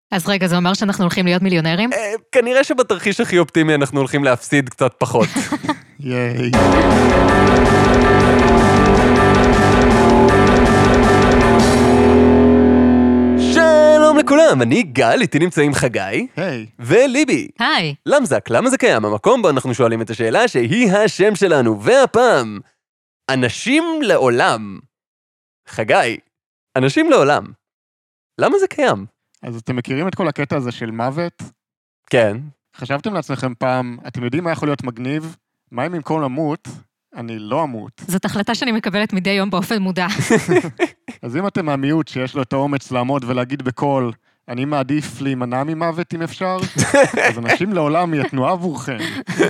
אז רגע, זה אומר שאנחנו הולכים להיות מיליונרים? כנראה שבתרחיש הכי אופטימי אנחנו הולכים להפסיד קצת פחות. ייי. שלום לכולם, אני גל, איתי נמצאים חגי. היי. וליבי. היי. למזק, למה זה קיים? המקום בו אנחנו שואלים את השאלה שהיא השם שלנו, והפעם, אנשים לעולם. חגי, אנשים לעולם. למה זה קיים? אז אתם מכירים את כל הקטע הזה של מוות? כן. חשבתם לעצמכם פעם, אתם יודעים מה יכול להיות מגניב? מה אם במקום למות, אני לא אמות. זאת החלטה שאני מקבלת מדי יום באופן מודע. אז אם אתם מהמיעוט שיש לו את האומץ לעמוד ולהגיד בקול, אני מעדיף להימנע ממוות אם אפשר, אז אנשים לעולם יתנו עבורכם.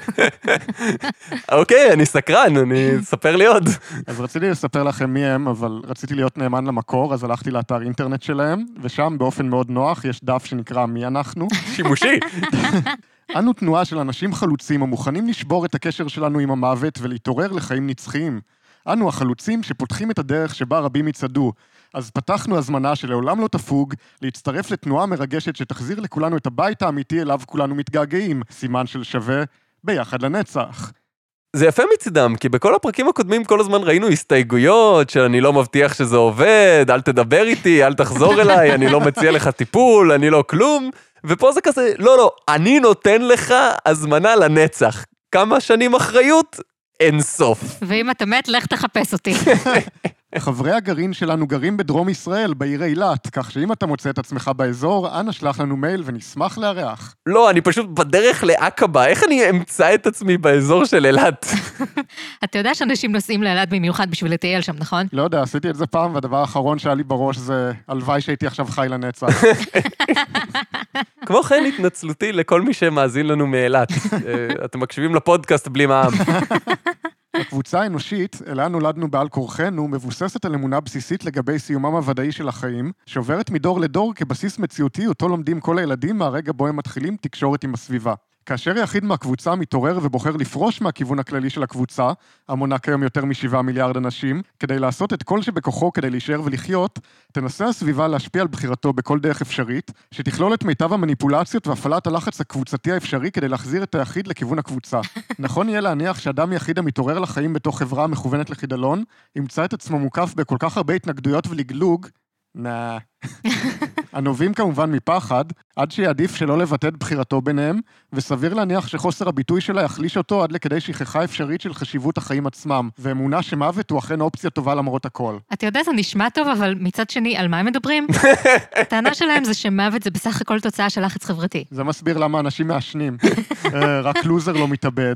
אוקיי, אני סקרן, אני אספר לי עוד. אז רציתי לספר לכם מי הם, אבל רציתי להיות נאמן למקור, אז הלכתי לאתר אינטרנט שלהם, ושם באופן מאוד נוח יש דף שנקרא מי אנחנו. שימושי. אנו תנועה של אנשים חלוצים המוכנים לשבור את הקשר שלנו עם המוות ולהתעורר לחיים נצחיים. אנו החלוצים שפותחים את הדרך שבה רבים יצעדו. אז פתחנו הזמנה שלעולם לא תפוג, להצטרף לתנועה מרגשת שתחזיר לכולנו את הבית האמיתי אליו כולנו מתגעגעים. סימן של שווה, ביחד לנצח. זה יפה מצדם, כי בכל הפרקים הקודמים כל הזמן ראינו הסתייגויות של אני לא מבטיח שזה עובד, אל תדבר איתי, אל תחזור אליי, אני לא מציע לך טיפול, אני לא כלום, ופה זה כזה, לא, אני נותן לך הזמנה לנצח. כמה שנים אחריות? אין סוף. ואם אתה מת, לך תחפש אותי. חברי הגרעין שלנו גרים בדרום ישראל, בעיר אילת, כך שאם אתה מוצא את עצמך באזור, אנא שלח לנו מייל ונשמח לארח. לא, אני פשוט בדרך לעקבה, איך אני אמצא את עצמי באזור של אילת? אתה יודע שאנשים נוסעים לאילת במיוחד בשביל לטייל שם, נכון? לא יודע, עשיתי את זה פעם, והדבר האחרון שהיה לי בראש זה, הלוואי שהייתי עכשיו חי לנצח. כמו כן התנצלותי לכל מי שמאזין לנו מאילת. אתם מקשיבים לפודקאסט בלי מע"מ. הקבוצה האנושית, אליה נולדנו בעל כורחנו, מבוססת על אמונה בסיסית לגבי סיומם הוודאי של החיים, שעוברת מדור לדור כבסיס מציאותי, אותו לומדים כל הילדים מהרגע בו הם מתחילים תקשורת עם הסביבה. כאשר יחיד מהקבוצה מתעורר ובוחר לפרוש מהכיוון הכללי של הקבוצה, המונה כיום יותר מ7 מיליארד אנשים, כדי לעשות את כל שבכוחו כדי להישאר ולחיות, תנסה הסביבה להשפיע על בחירתו בכל דרך אפשרית, שתכלול את מיטב המניפולציות והפעלת הלחץ הקבוצתי האפשרי כדי להחזיר את היחיד לכיוון הקבוצה. נכון יהיה להניח שאדם יחיד המתעורר לחיים בתוך חברה מכוונת לחידלון, ימצא את עצמו מוקף בכל כך הרבה התנגדויות ולגלוג, הנובעים כמובן מפחד, עד שיעדיף שלא לבטא את בחירתו ביניהם, וסביר להניח שחוסר הביטוי שלה יחליש אותו עד לכדי שכחה אפשרית של חשיבות החיים עצמם, ואמונה שמוות הוא אכן אופציה טובה למרות הכל. אתה יודע, זה נשמע טוב, אבל מצד שני, על מה הם מדברים? הטענה שלהם זה שמוות זה בסך הכל תוצאה של לחץ חברתי. זה מסביר למה אנשים מעשנים. רק לוזר לא מתאבד.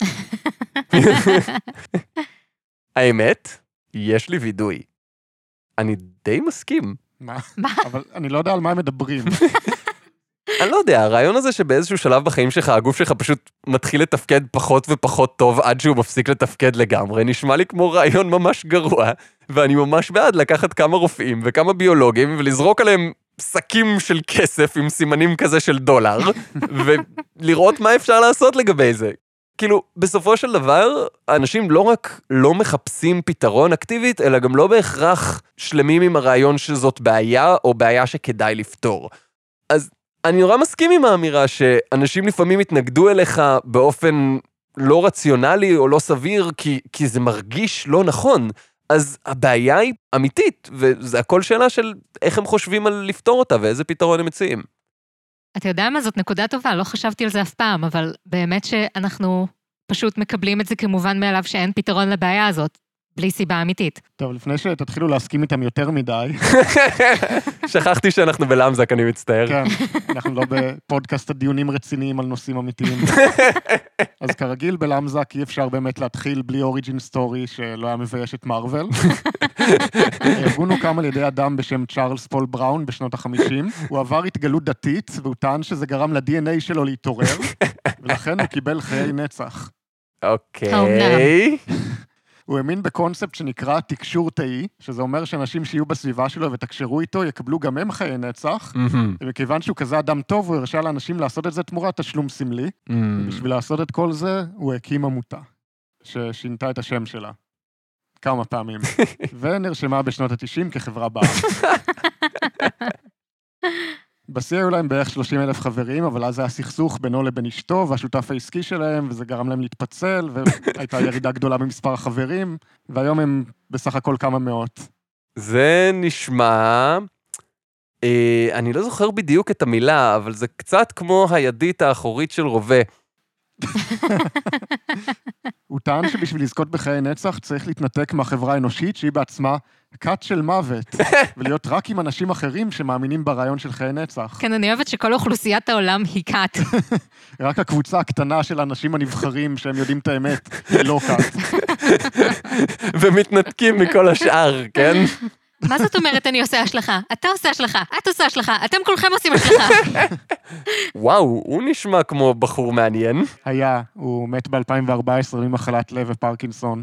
האמת, יש לי וידוי. אני די מסכים. מה? אבל אני לא יודע על מה הם מדברים. אני לא יודע, הרעיון הזה שבאיזשהו שלב בחיים שלך, הגוף שלך פשוט מתחיל לתפקד פחות ופחות טוב עד שהוא מפסיק לתפקד לגמרי, נשמע לי כמו רעיון ממש גרוע, ואני ממש בעד לקחת כמה רופאים וכמה ביולוגים ולזרוק עליהם שקים של כסף עם סימנים כזה של דולר, ולראות מה אפשר לעשות לגבי זה. כאילו, בסופו של דבר, האנשים לא רק לא מחפשים פתרון אקטיבית, אלא גם לא בהכרח שלמים עם הרעיון שזאת בעיה, או בעיה שכדאי לפתור. אז אני נורא מסכים עם האמירה שאנשים לפעמים התנגדו אליך באופן לא רציונלי או לא סביר, כי זה מרגיש לא נכון. אז הבעיה היא אמיתית, וזה הכל שאלה של איך הם חושבים על לפתור אותה, ואיזה פתרון הם מציעים. אתה יודע מה, זאת נקודה טובה, לא חשבתי על זה אף פעם, אבל באמת שאנחנו פשוט מקבלים את זה כמובן מאליו שאין פתרון לבעיה הזאת, בלי סיבה אמיתית. טוב, לפני שתתחילו להסכים איתם יותר מדי. שכחתי שאנחנו בלמזק, אני מצטער. כן, אנחנו לא בפודקאסט הדיונים רציניים על נושאים אמיתיים. אז כרגיל בלמזק אי אפשר באמת להתחיל בלי אוריג'ין סטורי שלא היה מבייש את מארוול. הארגון הוקם על ידי אדם בשם צ'ארלס פול בראון בשנות ה-50. הוא עבר התגלות דתית, והוא טען שזה גרם ל-DNA שלו להתעורר, ולכן הוא קיבל חיי נצח. אוקיי. הוא האמין בקונספט שנקרא תקשור תאי, שזה אומר שאנשים שיהיו בסביבה שלו ותקשרו איתו יקבלו גם הם חיי נצח, ומכיוון שהוא כזה אדם טוב, הוא הרשה לאנשים לעשות את זה תמורת תשלום סמלי, ובשביל לעשות את כל זה, הוא הקים עמותה, ששינתה את השם שלה. כמה פעמים. ונרשמה בשנות ה-90 כחברה בעם. בשיא היו להם בערך 30,000 חברים, אבל אז היה סכסוך בינו לבין אשתו והשותף העסקי שלהם, וזה גרם להם להתפצל, והייתה ירידה גדולה במספר החברים, והיום הם בסך הכל כמה מאות. זה נשמע... אני לא זוכר בדיוק את המילה, אבל זה קצת כמו הידית האחורית של רובה. הוא טען שבשביל לזכות בחיי נצח צריך להתנתק מהחברה האנושית שהיא בעצמה כת של מוות, ולהיות רק עם אנשים אחרים שמאמינים ברעיון של חיי נצח. כן, אני אוהבת שכל אוכלוסיית העולם היא כת. רק הקבוצה הקטנה של האנשים הנבחרים שהם יודעים את האמת, היא לא כת. ומתנתקים מכל השאר, כן? מה זאת אומרת אני עושה השלכה? אתה עושה השלכה, את עושה השלכה, אתם כולכם עושים השלכה. וואו, הוא נשמע כמו בחור מעניין. היה, הוא מת ב-2014 ממחלת לב ופרקינסון.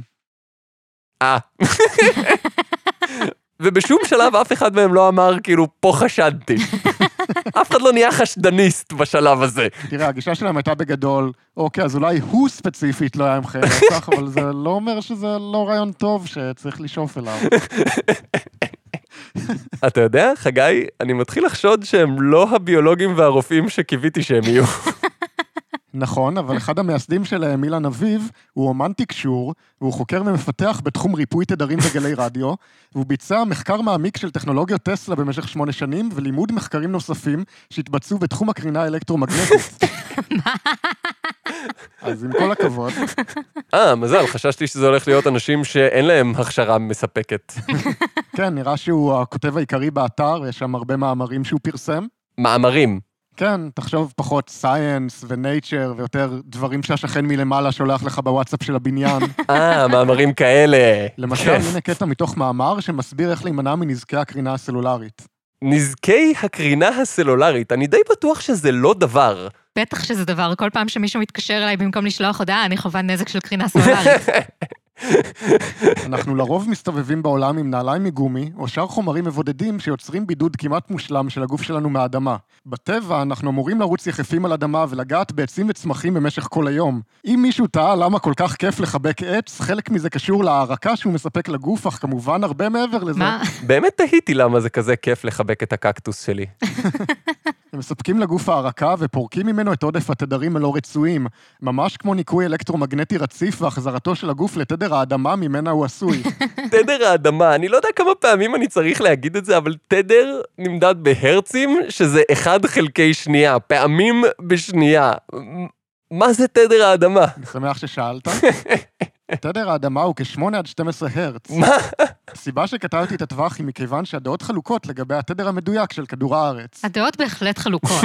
ובשום שלב אף אחד מהם לא אמר, כאילו, פה חשדתי. אף אחד לא נהיה חשדניסט בשלב הזה. תראה, הגישה שלהם הייתה בגדול, אוקיי, אז אולי הוא ספציפית לא היה עם חיי נצח, אבל זה לא אומר שזה לא רעיון טוב שצריך לשאוף אליו. אתה יודע, חגי, אני מתחיל לחשוד שהם לא הביולוגים והרופאים שקיוויתי שהם יהיו. נכון, אבל אחד המייסדים שלהם, אילן אביב, הוא אומן תקשור, והוא חוקר ומפתח בתחום ריפוי תדרים וגלי רדיו, והוא ביצע מחקר מעמיק של טכנולוגיות טסלה במשך 8 שנים, ולימוד מחקרים נוספים שהתבצעו בתחום הקרינה האלקטרומגנטית. אז עם כל הכבוד. מזל, חששתי שזה הולך להיות אנשים שאין להם הכשרה מספקת. כן, נראה שהוא הכותב העיקרי באתר, יש שם הרבה מאמרים שהוא פרסם. מאמרים. כן, תחשוב פחות סייאנס ונייצ'ר, ויותר דברים שהשכן מלמעלה שולח לך בוואטסאפ של הבניין. מאמרים כאלה. למשל, הנה קטע מתוך מאמר שמסביר איך להימנע מנזקי הקרינה הסלולרית. נזקי הקרינה הסלולרית, אני די בטוח שזה לא דבר. בטח שזה דבר, כל פעם שמישהו מתקשר אליי במקום לשלוח הודעה, אני חווה נזק של קרינה סלולרית. אנחנו לרוב מסתובבים בעולם עם נעליים מגומי, או שאר חומרים מבודדים שיוצרים בידוד כמעט מושלם של הגוף שלנו מהאדמה. בטבע אנחנו אמורים לרוץ יחפים על אדמה ולגעת בעצים וצמחים במשך כל היום. אם מישהו טעה למה כל כך כיף לחבק עץ, חלק מזה קשור להערקה שהוא מספק לגוף, אך כמובן הרבה מעבר לזה. מה? באמת תהיתי למה זה כזה כיף לחבק את הקקטוס שלי. הם מספקים לגוף הערקה ופורקים ממנו את עודף התדרים הלא רצויים, ממש כמו ניקוי אלקטרומגנטי רציף והחזרתו של הגוף לתדר האדמה ממנה הוא עשוי. תדר האדמה, אני לא יודע כמה פעמים אני צריך להגיד את זה, אבל תדר נמדד בהרצים, שזה 1/2, פעמים בשנייה. מה זה תדר האדמה? אני שמח ששאלת. תדר האדמה הוא כ8 עד 12 הרץ. מה? הסיבה שכתבתי את הטווח היא מכיוון שהדעות חלוקות לגבי התדר המדויק של כדור הארץ. הדעות בהחלט חלוקות.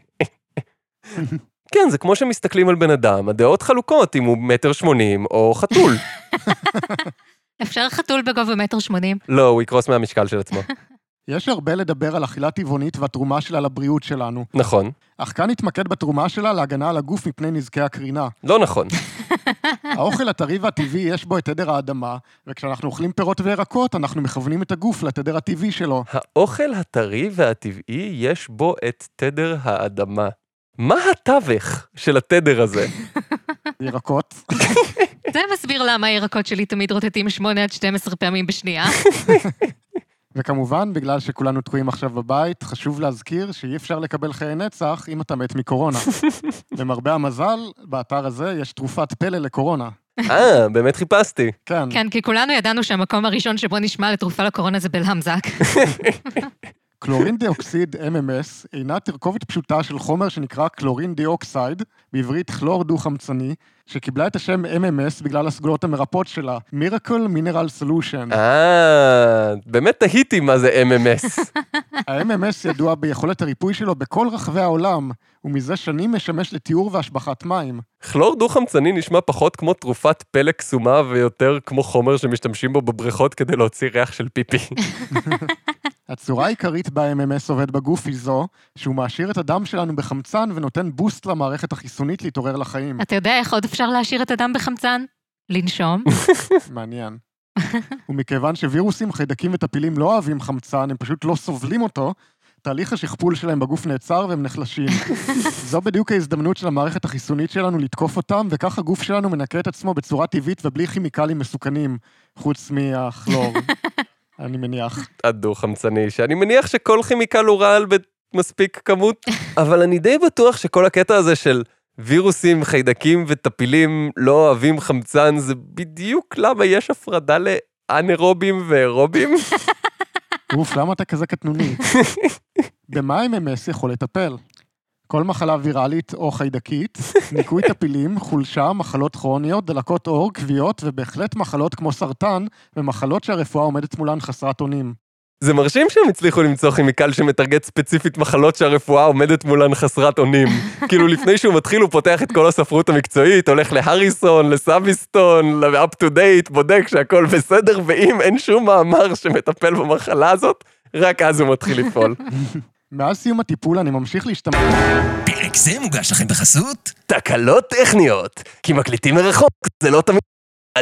כן, זה כמו שמסתכלים על בן אדם, הדעות חלוקות אם הוא 1.80 מטר או חתול. אפשר חתול בגובה 1.80 מטר? לא, הוא יקרוס מהמשקל של עצמו. יש הרבה לדבר על אכילה טבעונית והתרומה שלה לבריאות שלנו. נכון. אך כאן נתמקד בתרומה שלה להגנה על הגוף מפני נזקי הקרינה. לא נכון. האוכל הטרי והטבעי יש בו את תדר האדמה, וכשאנחנו אוכלים פירות וירקות, אנחנו מכוונים את הגוף לתדר הטבעי שלו. האוכל הטרי והטבעי יש בו את תדר האדמה. מה התווך של התדר הזה? ירקות. זה מסביר למה הירקות שלי תמיד רוטטים 8 עד 12 פעמים בשנייה. וכמובן, בגלל שכולנו תקועים עכשיו בבית, חשוב להזכיר שאי אפשר לקבל חיי נצח אם אתה מת מקורונה. למרבה המזל, באתר הזה יש תרופת פלא לקורונה. באמת חיפשתי. כן. כן, כי כולנו ידענו שהמקום הראשון שבו נשמע לתרופה לקורונה זה בלהמזק. קלורין דיאוקסיד, MMS, אינה תרכובת פשוטה של חומר שנקרא קלורין דיאוקסייד, בעברית כלור דו-חמצני, שקיבלה את השם MMS בגלל הסגולות המרפאות שלה, Miracle Mineral Solution. באמת תהיתי מה זה MMS. ה-MMS ידוע ביכולת הריפוי שלו בכל רחבי העולם, ומזה שנים משמש לתיאור והשבחת מים. כלור דו-חמצני נשמע פחות כמו תרופת פלא קסומה, ויותר כמו חומר שמשתמשים בו בבריכות כדי להוציא ריח של פיפי. הצורה העיקרית בה-MMS עובד בגוף היא זו, שהוא מעשיר את הדם שלנו בחמצן ונותן בוסט למערכת החיסונית להתעורר לחיים. אתה יודע איך עוד אפשר להשאיר את הדם בחמצן? לנשום. מעניין. ומכיוון שווירוסים, חיידקים וטפילים לא אוהבים חמצן, הם פשוט לא סובלים אותו, תהליך השכפול שלהם בגוף נעצר והם נחלשים. זו בדיוק ההזדמנות של המערכת החיסונית שלנו לתקוף אותם, וכך הגוף שלנו מנקה את עצמו בצורה טבעית ובלי כימיקלים מסוכנים, חוץ מהכלור. אני מניח. הדו-חמצני, שאני מניח שכל כימיקל הוא רעל מספיק כמות, אבל אני די בטוח שכל הקטע הזה של וירוסים, חיידקים וטפילים לא אוהבים חמצן, זה בדיוק למה יש הפרדה לאנאירובים ואירובים. אוף, למה אתה כזה קטנוני? במה MMS יכול לטפל? כל מחלה ויראלית או חיידקית, ניקוי טפילים, חולשה, מחלות כרוניות, דלקות עור, כוויות, ובהחלט מחלות כמו סרטן, ומחלות שהרפואה עומדת מולן חסרת אונים. זה מרשים שהם הצליחו למצוא כימיקל שמתרגט ספציפית מחלות שהרפואה עומדת מולן חסרת אונים. כאילו לפני שהוא מתחיל הוא פותח את כל הספרות המקצועית, הולך להריסון, לסאביסטון, ל-up to date, בודק שהכל בסדר, ואם אין שום מאמר שמטפל במחלה הזאת, רק אז הוא מתחיל לפעול. מאז סיום הטיפול אני ממשיך להשתמש... פרק זה מוגש לכם בחסות? תקלות טכניות, כי מקליטים מרחוק, זה לא תמיד...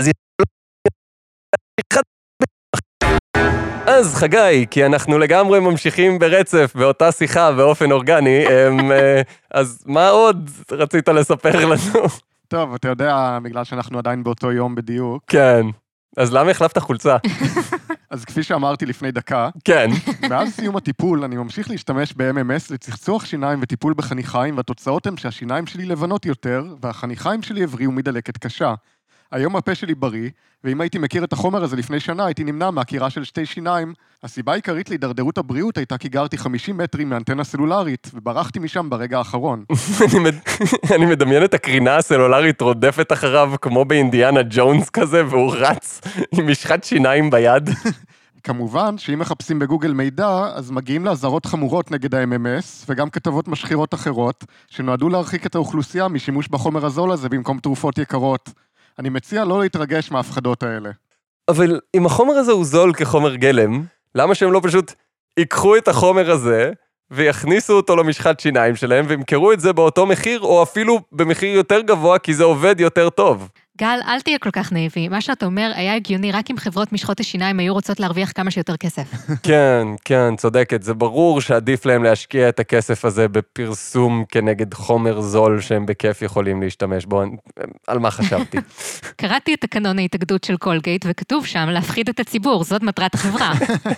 אז חגי, כי אנחנו לגמרי ממשיכים ברצף באותה שיחה באופן אורגני, אז מה עוד רצית לספר לנו? טוב, אתה יודע, בגלל שאנחנו עדיין באותו יום בדיוק. כן, אז למה החלפת חולצה? אז כפי שאמרתי לפני דקה, כן. מאז סיום הטיפול אני ממשיך להשתמש ב-MMS לצחצוח שיניים וטיפול בחניכיים, והתוצאות הן שהשיניים שלי לבנות יותר, והחניכיים שלי הבריאו מדלקת קשה. היום הפה שלי בריא, ואם הייתי מכיר את החומר הזה לפני שנה, הייתי נמנע מהקירה של 2 שיניים. הסיבה העיקרית להידרדרות הבריאות הייתה כי גרתי 50 מטרים מאנטנה סלולרית, וברחתי משם ברגע האחרון. אני מדמיין את הקרינה הסלולרית רודפת אחריו כמו באינדיאנה ג'ונס כזה, והוא רץ עם משחת שיניים ביד. כמובן שאם מחפשים בגוגל מידע, אז מגיעים להזהרות חמורות נגד ה-MMS, וגם כתבות משחירות אחרות, שנועדו להרחיק את האוכלוסייה משימוש בחומר הזול הזה במקום תרופות יקרות. אני מציע לא להתרגש מההפחדות האלה. אבל אם החומר הזה הוא זול כחומר גלם, למה שהם לא פשוט ייקחו את החומר הזה, ויכניסו אותו למשחת שיניים שלהם, וימכרו את זה באותו מחיר, או אפילו במחיר יותר גבוה, כי זה עובד יותר טוב? גל, אל תהיה כל כך נאיבי. מה שאתה אומר היה הגיוני רק אם חברות משחות השיניים היו רוצות להרוויח כמה שיותר כסף. כן, כן, צודקת. זה ברור שעדיף להם להשקיע את הכסף הזה בפרסום כנגד חומר זול שהם בכיף יכולים להשתמש בו. על מה חשבתי? קראתי את תקנון ההתאגדות של קולגייט, וכתוב שם להפחיד את הציבור, זאת מטרת החברה.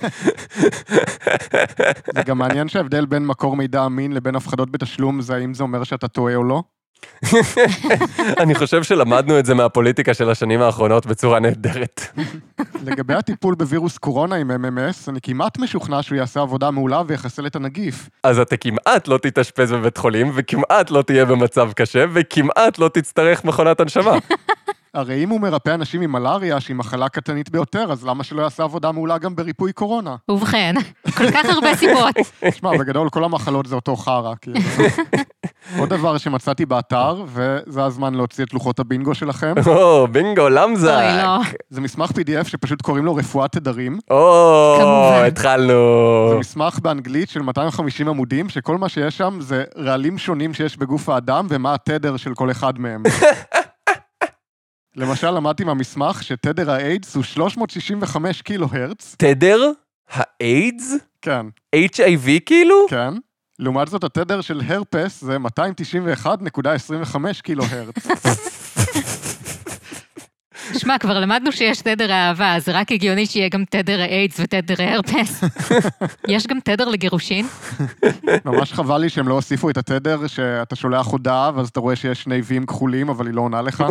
זה גם מעניין שההבדל בין מקור מידע אמין לבין הפחדות בתשלום, זה האם זה אומר שאתה טועה או לא? אני חושב שלמדנו את זה מהפוליטיקה של השנים האחרונות בצורה נהדרת. לגבי הטיפול בווירוס קורונה עם MMS, אני כמעט משוכנע שהוא יעשה עבודה מעולה ויחסל את הנגיף. אז אתה כמעט לא תתאשפז בבית חולים, וכמעט לא תהיה במצב קשה, וכמעט לא תצטרך מכונת הנשמה. הרי אם הוא מרפא אנשים עם מלאריה, שהיא מחלה קטנית ביותר, אז למה שלא יעשה עבודה מעולה גם בריפוי קורונה? ובכן, כל כך הרבה סיבות. תשמע, בגדול כל המחלות זה אותו חרא, כאילו. עוד דבר שמצאתי באתר, וזה הזמן להוציא את לוחות הבינגו שלכם. או, בינגו, למזק. אוי, לא. זה מסמך PDF שפשוט קוראים לו רפואת תדרים. או, כמובן. התחלנו. זה מסמך באנגלית של 250 עמודים, שכל מה שיש שם זה רעלים שונים שיש בגוף האדם, ומה התדר של כל אחד מהם. למשל, למדתי מהמסמך שתדר האיידס הוא 365 קילו הרץ. תדר? האיידס? כן. HIV כאילו? כן. לעומת זאת, התדר של הרפס זה 291.25 קילו הרץ. שמע, כבר למדנו שיש תדר האהבה, אז רק הגיוני שיהיה גם תדר האיידס ותדר ההרפס. יש גם תדר לגירושין? ממש חבל לי שהם לא הוסיפו את התדר שאתה שולח הודעה, ואז אתה רואה שיש 2 ויים כחולים, אבל היא לא עונה לך.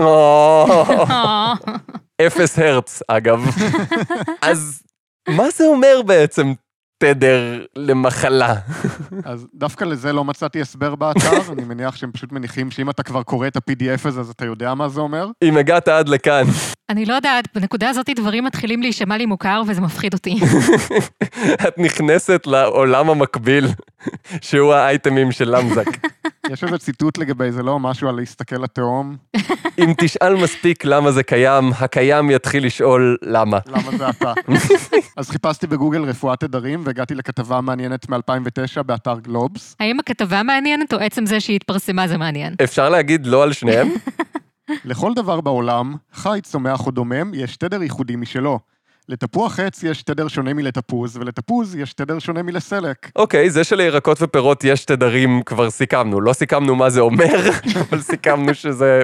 אפס הרץ, אגב. אז מה זה אומר בעצם תדר למחלה? אז דווקא לזה לא מצאתי הסבר באתר, אני מניח שהם פשוט מניחים שאם אתה כבר קורא את ה-PDF הזה, אז אתה יודע מה זה אומר. אם הגעת עד לכאן. אני לא יודעת, בנקודה הזאת דברים מתחילים להישמע לי מוכר, וזה מפחיד אותי. את נכנסת לעולם המקביל, שהוא האייטמים של למזק. יש איזה ציטוט לגבי זה, לא משהו על להסתכל לתהום. אם תשאל מספיק למה זה קיים, הקיים יתחיל לשאול למה. למה זה אתה? אז חיפשתי בגוגל רפואת תדרים, והגעתי לכתבה מעניינת מ-2009 באתר גלובס. האם הכתבה מעניינת, או עצם זה שהיא התפרסמה זה מעניין? אפשר להגיד לא על שניהם? לכל דבר בעולם, חי, צומח או דומם, יש תדר ייחודי משלו. לתפוח עץ יש תדר שונה מלתפוז, ולתפוז יש תדר שונה מלסלק. אוקיי, זה שלירקות ופירות יש תדרים כבר סיכמנו. לא סיכמנו מה זה אומר, אבל סיכמנו שזה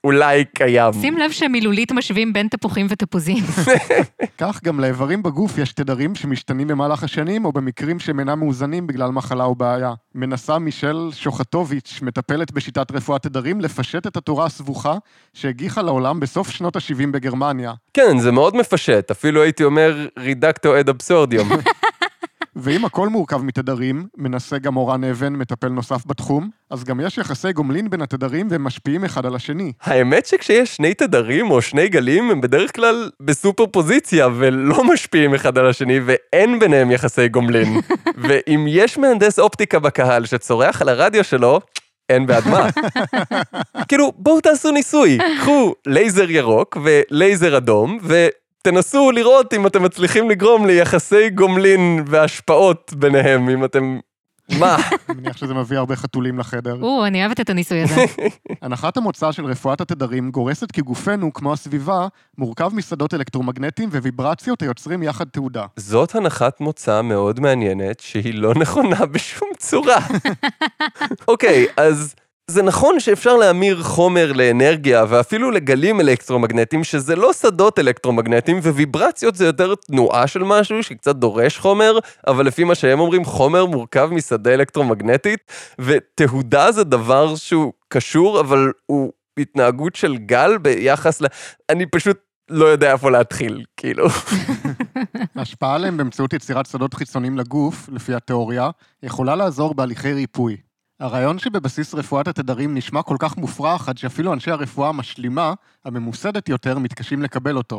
אולי קיים. שים לב שמילולית משווים בין תפוחים ותפוזים. כך גם לאיברים בגוף יש תדרים שמשתנים במהלך השנים, או במקרים שהם אינם מאוזנים בגלל מחלה או בעיה. מנסה מישל שוחטוביץ', מטפלת בשיטת רפואת תדרים, לפשט את התורה הסבוכה שהגיחה לעולם בסוף שנות ה-70 בגרמניה. כן, זה מאוד מפשט, אפילו הייתי אומר רידקטו אד אבסורדיום. ואם הכל מורכב מתדרים, מנסה גם אורן אבן, מטפל נוסף בתחום, אז גם יש יחסי גומלין בין התדרים והם משפיעים אחד על השני. האמת שכשיש שני תדרים או שני גלים, הם בדרך כלל בסופר פוזיציה ולא משפיעים אחד על השני, ואין ביניהם יחסי גומלין. ואם יש מהנדס אופטיקה בקהל שצורח על הרדיו שלו, אין בעד מה. כאילו, בואו תעשו ניסוי. קחו לייזר ירוק ולייזר אדום, תנסו לראות אם אתם מצליחים לגרום ליחסי גומלין והשפעות ביניהם, אם אתם... מה? אני מניח שזה מביא הרבה חתולים לחדר. אני אוהבת את הניסוי הזה. הנחת המוצא של רפואת התדרים גורסת כי גופנו, כמו הסביבה, מורכב משדות אלקטרומגנטיים וויברציות היוצרים יחד תעודה. זאת הנחת מוצא מאוד מעניינת, שהיא לא נכונה בשום צורה. אוקיי, אז... זה נכון שאפשר להמיר חומר לאנרגיה, ואפילו לגלים אלקטרומגנטיים, שזה לא שדות אלקטרומגנטיים, וויברציות זה יותר תנועה של משהו, שקצת דורש חומר, אבל לפי מה שהם אומרים, חומר מורכב משדה אלקטרומגנטית, ותהודה זה דבר שהוא קשור, אבל הוא התנהגות של גל ביחס אני פשוט לא יודע איפה להתחיל, כאילו. ההשפעה עליהם באמצעות יצירת שדות חיצוניים לגוף, לפי התיאוריה, יכולה לעזור בהליכי ריפוי. הרעיון שבבסיס רפואת התדרים נשמע כל כך מופרך, עד שאפילו אנשי הרפואה המשלימה, הממוסדת יותר, מתקשים לקבל אותו.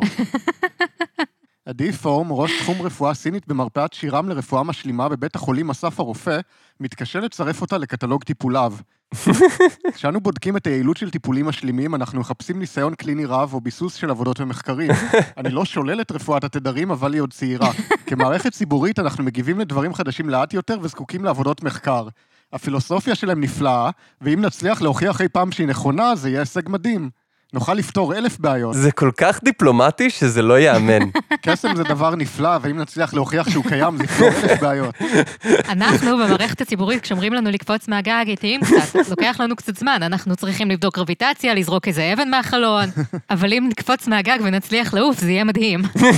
עדי פורם, ראש תחום רפואה סינית במרפאת שירם לרפואה משלימה בבית החולים אסף הרופא, מתקשה לצרף אותה לקטלוג טיפוליו. כשאנו בודקים את היעילות של טיפולים משלימים, אנחנו מחפשים ניסיון קליני רב או ביסוס של עבודות ומחקרים. אני לא שולל את רפואת התדרים, אבל היא עוד צעירה. כמערכת ציבורית אנחנו מגיבים לדברים חדשים לאט יותר וזקוקים לעבודות מחקר. הפילוסופיה שלהם נפלאה, ואם נצליח להוכיח אי פעם שהיא נכונה, זה יהיה הישג מדהים. נוכל לפתור 1,000 בעיות. זה כל כך דיפלומטי שזה לא יאמן. קסם זה דבר נפלא, ואם נצליח להוכיח שהוא קיים, זה יפתור 1,000 בעיות. אנחנו במערכת הציבורית, כשאומרים לנו לקפוץ מהגג, איטיים קצת, לוקח לנו קצת זמן, אנחנו צריכים לבדוק גרביטציה, לזרוק איזה אבן מהחלון, אבל אם נקפוץ מהגג ונצליח לעוף, זה יהיה מדהים.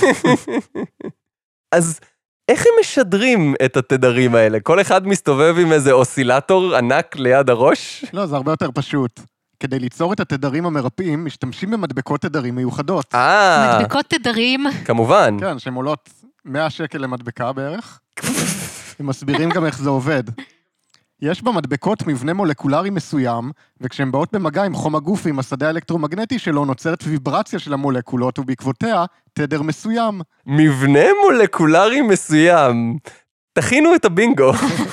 אז... איך הם משדרים את התדרים האלה? כל אחד מסתובב עם איזה אוסילטור ענק ליד הראש? לא, זה הרבה יותר פשוט. כדי ליצור את התדרים המרפאים, משתמשים במדבקות תדרים מיוחדות. מדבקות תדרים? כמובן. כן, שהן עולות 100 שקל למדבקה בערך. הם מסבירים גם איך זה עובד. יש במדבקות מבנה מולקולרי מסוים, וכשהן באות במגע עם חום הגוף ועם השדה האלקטרומגנטי שלו, נוצרת ויברציה של המולקולות, ובעקבותיה תדר מסוים. מבנה מולקולרי מסוים. תכינו את הבינגו.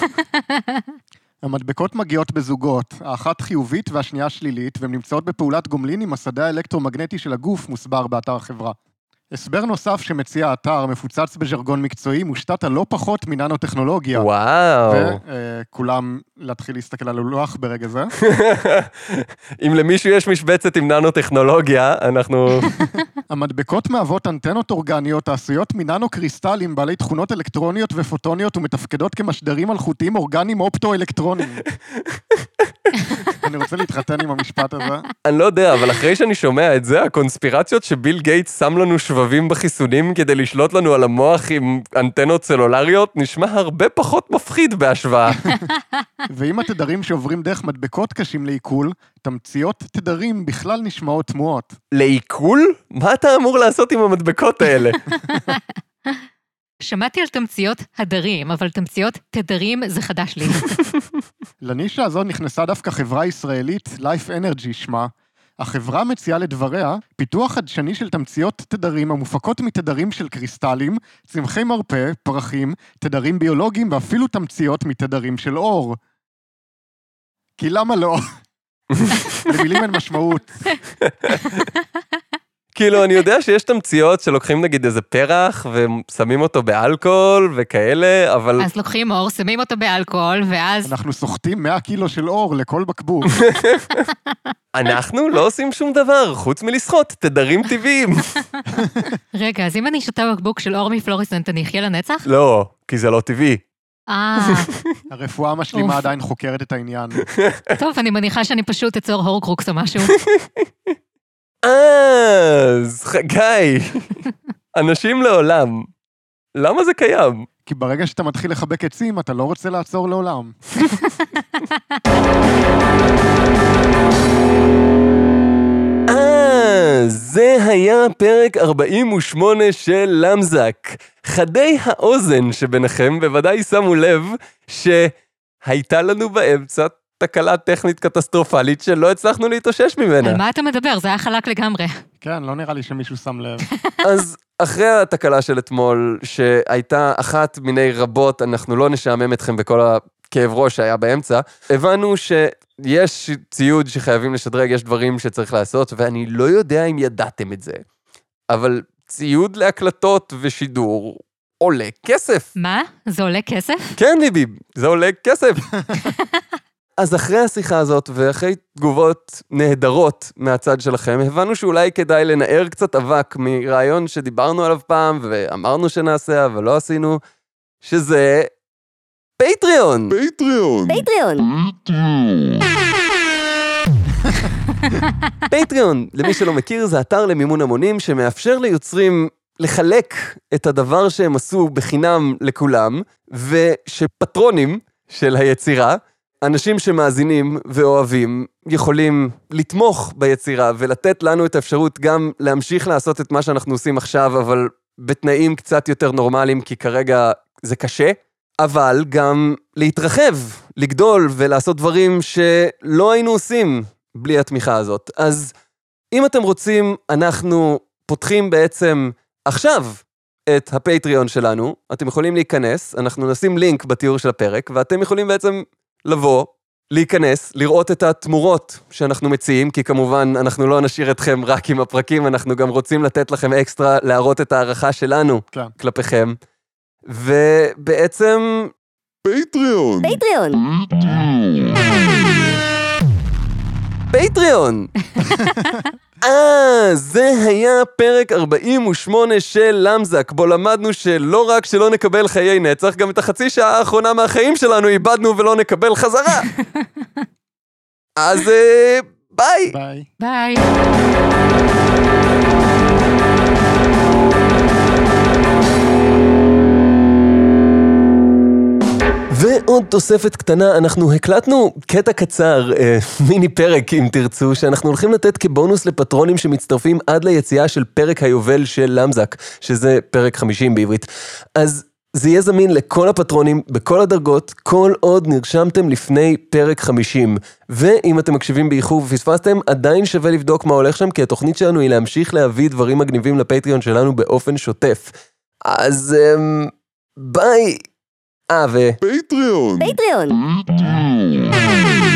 המדבקות מגיעות בזוגות, האחת חיובית והשנייה שלילית, והן נמצאות בפעולת גומלין עם השדה האלקטרומגנטי של הגוף, מוסבר באתר החברה. הסבר נוסף שמציע האתר, מפוצץ בז'רגון מקצועי, מושתת על לא פחות מננו-טכנולוגיה. וואו. וכולם להתחיל להסתכל על הלוח ברגע זה. אם למישהו יש משבצת עם ננו-טכנולוגיה, אנחנו... המדבקות מהוות אנטנות אורגניות, העשויות מננו-קריסטלים, בעלי תכונות אלקטרוניות ופוטוניות, ומתפקדות כמשדרים מלכותיים אורגניים אופטו-אלקטרוניים. אני רוצה להתחתן עם המשפט הזה. אני לא יודע, אבל אחרי שאני שומע את זה, הקונספירציות שביל גייטס שם לנו שבבים בחיסונים כדי לשלוט לנו על המוח עם אנטנות סלולריות, נשמע הרבה פחות מפחיד בהשוואה. ואם התדרים שעוברים דרך מדבקות קשים לעיכול, תמציות תדרים בכלל נשמעות תמוהות. לעיכול? מה אתה אמור לעשות עם המדבקות האלה? שמעתי על תמציות הדרים, אבל תמציות תדרים זה חדש לי. לנישה הזו נכנסה דווקא חברה ישראלית, Life Energy שמה. החברה מציעה לדבריה פיתוח חדשני של תמציות תדרים המופקות מתדרים של קריסטלים, צמחי מרפא, פרחים, תדרים ביולוגיים ואפילו תמציות מתדרים של אור. כי למה לא? למילים אין משמעות. כאילו, אני יודע שיש תמציות שלוקחים נגיד איזה פרח ושמים אותו באלכוהול וכאלה, אבל... אז לוקחים אור, שמים אותו באלכוהול, ואז... אנחנו סוחטים 100 קילו של אור לכל בקבוק. אנחנו לא עושים שום דבר, חוץ מלסחוט תדרים טבעיים. רגע, אז אם אני שותה בקבוק של אור מפלוריסנט, אני אחיה לנצח? לא, כי זה לא טבעי. הרפואה המשלימה עדיין חוקרת את העניין. טוב, אני מניחה שאני פשוט אצור הורקרוקס או משהו. אז, חגי, אנשים לעולם, למה זה קיים? כי ברגע שאתה מתחיל לחבק עצים, אתה לא רוצה לעצור לעולם. זה היה פרק 48 של למזק. חדי האוזן שביניכם בוודאי שמו לב שהייתה לנו באמצע תקלה טכנית קטסטרופלית שלא הצלחנו להתאושש ממנה. על מה אתה מדבר? זה היה חלק לגמרי. כן, לא נראה לי שמישהו שם לב. אז אחרי התקלה של אתמול, שהייתה אחת מיני רבות, אנחנו לא נשעמם אתכם בכל הכאב ראש שהיה באמצע, הבנו שיש ציוד שחייבים לשדרג, יש דברים שצריך לעשות, ואני לא יודע אם ידעתם את זה, אבל ציוד להקלטות ושידור עולה כסף. מה? זה עולה כסף? כן, ליבי, זה עולה כסף. אז אחרי השיחה הזאת, ואחרי תגובות נהדרות מהצד שלכם, הבנו שאולי כדאי לנער קצת אבק מרעיון שדיברנו עליו פעם, ואמרנו שנעשה, אבל לא עשינו, שזה פטריון. פטריון, למי שלא מכיר, זה אתר למימון המונים, שמאפשר ליוצרים לחלק את הדבר שהם עשו בחינם לכולם, ושפטרונים של היצירה, אנשים שמאזינים ואוהבים יכולים לתמוך ביצירה ולתת לנו את האפשרות גם להמשיך לעשות את מה שאנחנו עושים עכשיו, אבל בתנאים קצת יותר נורמליים, כי כרגע זה קשה, אבל גם להתרחב, לגדול ולעשות דברים שלא היינו עושים בלי התמיכה הזאת. אז אם אתם רוצים, אנחנו פותחים בעצם עכשיו את הפטריון שלנו, אתם יכולים להיכנס, אנחנו נשים לינק בתיאור של הפרק, ואתם יכולים בעצם לבוא, להיכנס, לראות את התמורות שאנחנו מציעים, כי כמובן אנחנו לא נשאיר אתכם רק עם הפרקים, אנחנו גם רוצים לתת לכם אקסטרה, להראות את הערכה שלנו כלפיכם. ובעצם... פטריון! זה היה פרק 48 של למזק, בו למדנו שלא רק שלא נקבל חיי נצח, גם את החצי שעה האחרונה מהחיים שלנו איבדנו ולא נקבל חזרה. אז ביי. ביי. ועוד תוספת קטנה, אנחנו הקלטנו קטע קצר, מיני פרק אם תרצו, שאנחנו הולכים לתת כבונוס לפטרונים שמצטרפים עד ליציאה של פרק היובל של למזק, שזה פרק 50 בעברית. אז זה יהיה זמין לכל הפטרונים, בכל הדרגות, כל עוד נרשמתם לפני פרק 50. ואם אתם מקשיבים באיחור ופספסתם, עדיין שווה לבדוק מה הולך שם, כי התוכנית שלנו היא להמשיך להביא דברים מגניבים לפטריון שלנו באופן שוטף. אז ביי. פטריון.